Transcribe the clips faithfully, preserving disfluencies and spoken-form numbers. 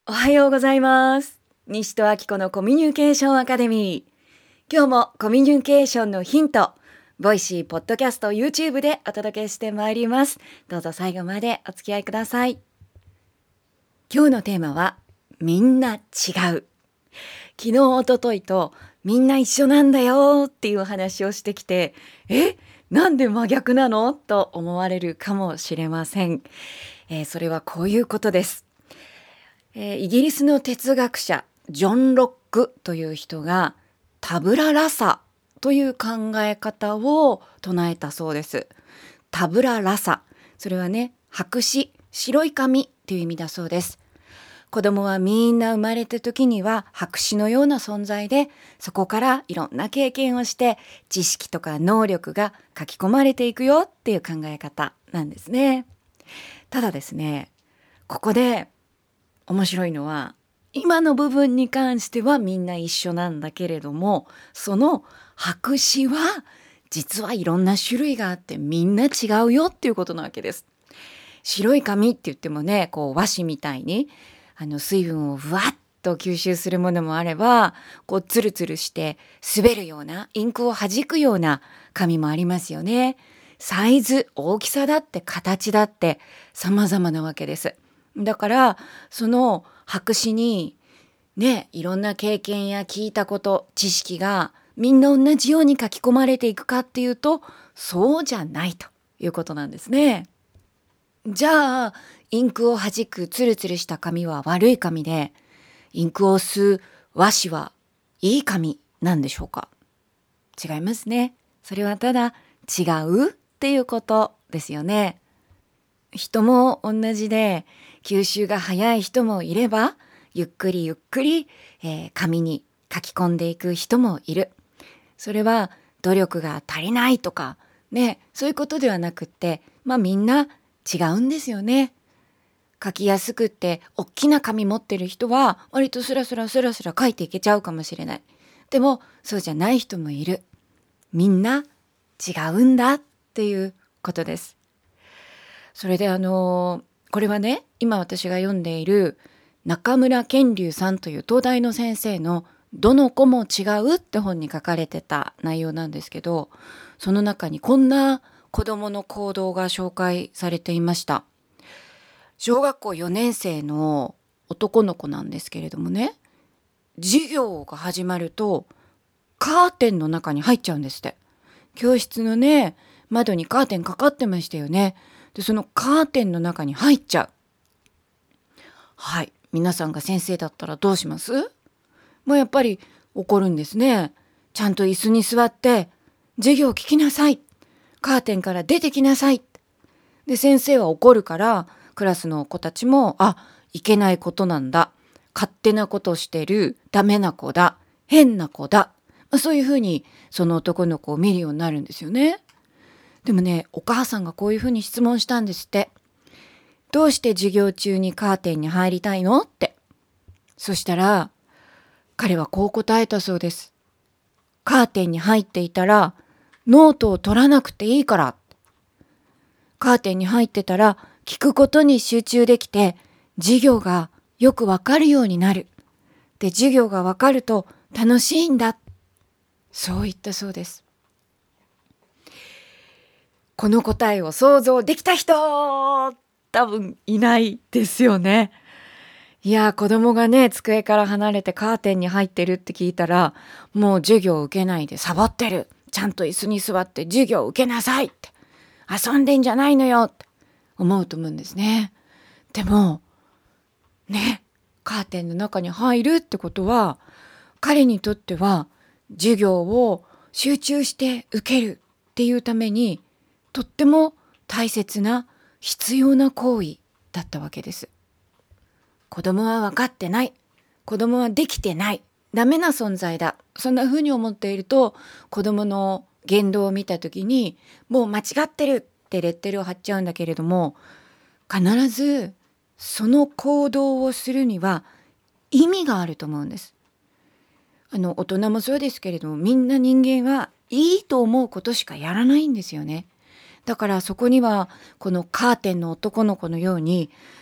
おはようございます。西戸明子のコミュニケーションアカデミー。今日もコミュニケーションのヒント、ボイシー、ポッドキャスト、YouTube でお届けしてまいります。どうぞ最後までお付き合いください。今日のテーマは、みんな違う。昨日、一昨日とみんな一緒なんだよっていう話をしてきて、え、なんで真逆なのと思われるかもしれません。えーそれはこういうことです。えーイギリスの哲学者ジョン・ロックという人がタブララサという考え方を唱えたそうです。タブララサ、それはね、白紙、白い紙という意味だそうです。子供はみんな生まれた時には白紙のような存在で、そこからいろんな経験をして知識とか能力が書き込まれていくよっていう考え方なんですね。ただですね、ここで面白いのは、今の部分に関してはみんな一緒なんだけれども、その白紙は実はいろんな種類があってみんな違うよっていうことなわけです。白い紙って言ってもね、こう和紙みたいにあの水分をふわっと吸収するものもあれば、こうツルツルして滑るような、インクを弾くような紙もありますよね。サイズ、大きさだって形だって様々なわけです。だからその白紙にね、いろんな経験や聞いたこと、知識がみんな同じように書き込まれていくかっていうと、そうじゃないということなんですね。じゃあインクを弾くツルツルした紙は悪い紙で、インクを吸う和紙はいい紙なんでしょうか？違いますね。それはただ違うっていうことですよね。人も同じで、吸収が早い人もいれば、ゆっくりゆっくり、えー紙に書き込んでいく人もいる。それは努力が足りないとかね、そういうことではなくって、まあみんな違うんですよね。書きやすくって大きな紙持ってる人は割とスラスラスラスラ書いていけちゃうかもしれない。でもそうじゃない人もいる。みんな違うんだっていうことです。それであのこれはね、今私が読んでいる中村健龍さんという東大の先生のどの子も違うって本に書かれてた内容なんですけど、その中にこんな子どもの行動が紹介されていました。小学校よねん生の男の子なんですけれどもね、授業が始まるとカーテンの中に入っちゃうんですって。教室のね、窓にカーテンかかってましたよね。で、そのカーテンの中に入っちゃう。はい。皆さんが先生だったらどうします？もうやっぱり怒るんですね。ちゃんと椅子に座って授業を聞きなさい。カーテンから出てきなさい。で、先生は怒るから、クラスの子たちも、あ、いけないことなんだ。勝手なことしてる。ダメな子だ。変な子だ。まあそういうふうにその男の子を見るようになるんですよね。でもね、お母さんがこういうふうに質問したんですって。どうして授業中にカーテンに入りたいのって。そしたら、彼はこう答えたそうです。カーテンに入っていたら、ノートを取らなくていいから。カーテンに入ってたら、聞くことに集中できて、授業がよくわかるようになる。で、授業がわかると楽しいんだ。そう言ったそうです。この答えを想像できた人、多分いないですよね。いやー、子供がね、机から離れてカーテンに入ってるって聞いたら、もう授業を受けないでサボってる。ちゃんと椅子に座って授業を受けなさいって。遊んでんじゃないのよって思うと思うんですね。でも、ね、カーテンの中に入るってことは、彼にとっては授業を集中して受けるっていうために、とっても大切な必要な行為だったわけです。子供は分かってない。子供はできてない。ダメな存在だ。そんな風に思っていると、子供の言動を見たときに、もう間違ってるってレッテルを貼っちゃうんだけれども、必ずその行動をするには意味があると思うんです。あの大人もそうですけれども、みんな人間はいいと思うことしかやらないんですよね。だからそこにはこのカーテンの男の子のように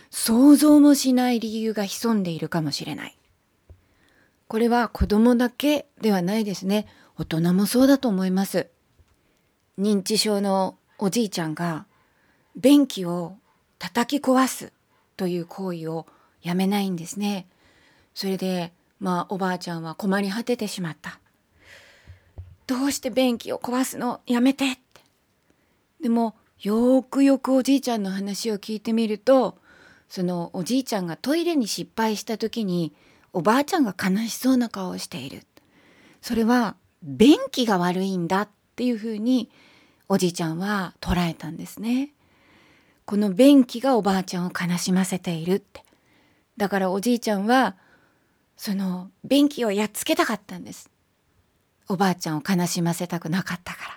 想像もしない理由が潜んでいるかもしれない。これは子供だけではないですね。大人もそうだと思います。認知症のおじいちゃんが便器を叩き壊すという行為をやめないんですね。それでまあおばあちゃんは困り果ててしまった。どうして便器を壊すのやめてって。でもよくよくおじいちゃんの話を聞いてみると、そのおじいちゃんがトイレに失敗した時におばあちゃんが悲しそうな顔をしている。それは便器が悪いんだっていうふうにおじいちゃんは捉えたんですね。この便器がおばあちゃんを悲しませているって。だからおじいちゃんはその便器をやっつけたかったんです。おばあちゃんを悲しませたくなかったから。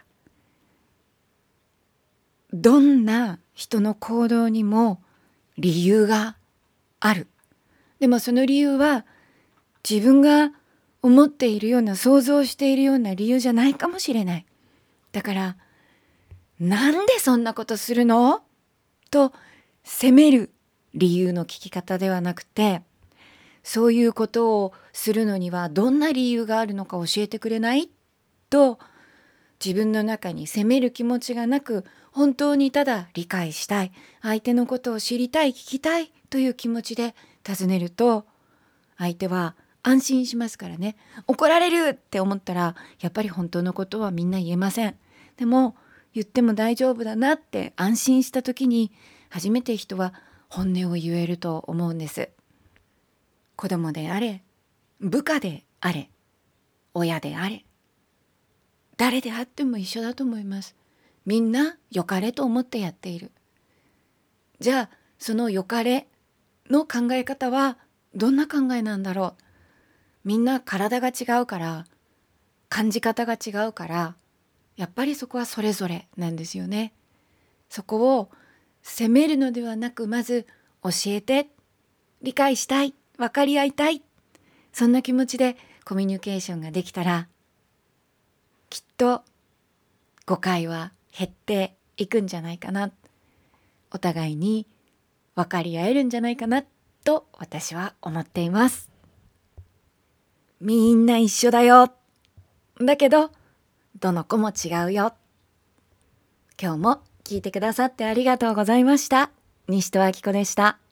どんな人の行動にも理由がある。でもその理由は自分が思っているような、想像しているような理由じゃないかもしれない。だからなんでそんなことするのと責める理由の聞き方ではなくて、そういうことをするのにはどんな理由があるのか教えてくれないと、自分の中に責める気持ちがなく、本当にただ理解したい、相手のことを知りたい、聞きたいという気持ちで尋ねると、相手は安心しますからね。怒られるって思ったらやっぱり本当のことはみんな言えません。でも言っても大丈夫だなって安心した時に初めて人は本音を言えると思うんです。子供であれ、部下であれ、親であれ、誰であっても一緒だと思います。みんな良かれと思ってやっている。じゃあその良かれの考え方はどんな考えなんだろう。みんな体が違うから、感じ方が違うから、やっぱりそこはそれぞれなんですよね。そこを責めるのではなく、まず教えて、理解したい、分かり合いたい、そんな気持ちでコミュニケーションができたら、きっと誤解は減っていくんじゃないかな。お互いに分かり合えるんじゃないかなと私は思っています。みんな一緒だよ。だけどどの子も違うよ。今日も聞いてくださってありがとうございました。西戸明子でした。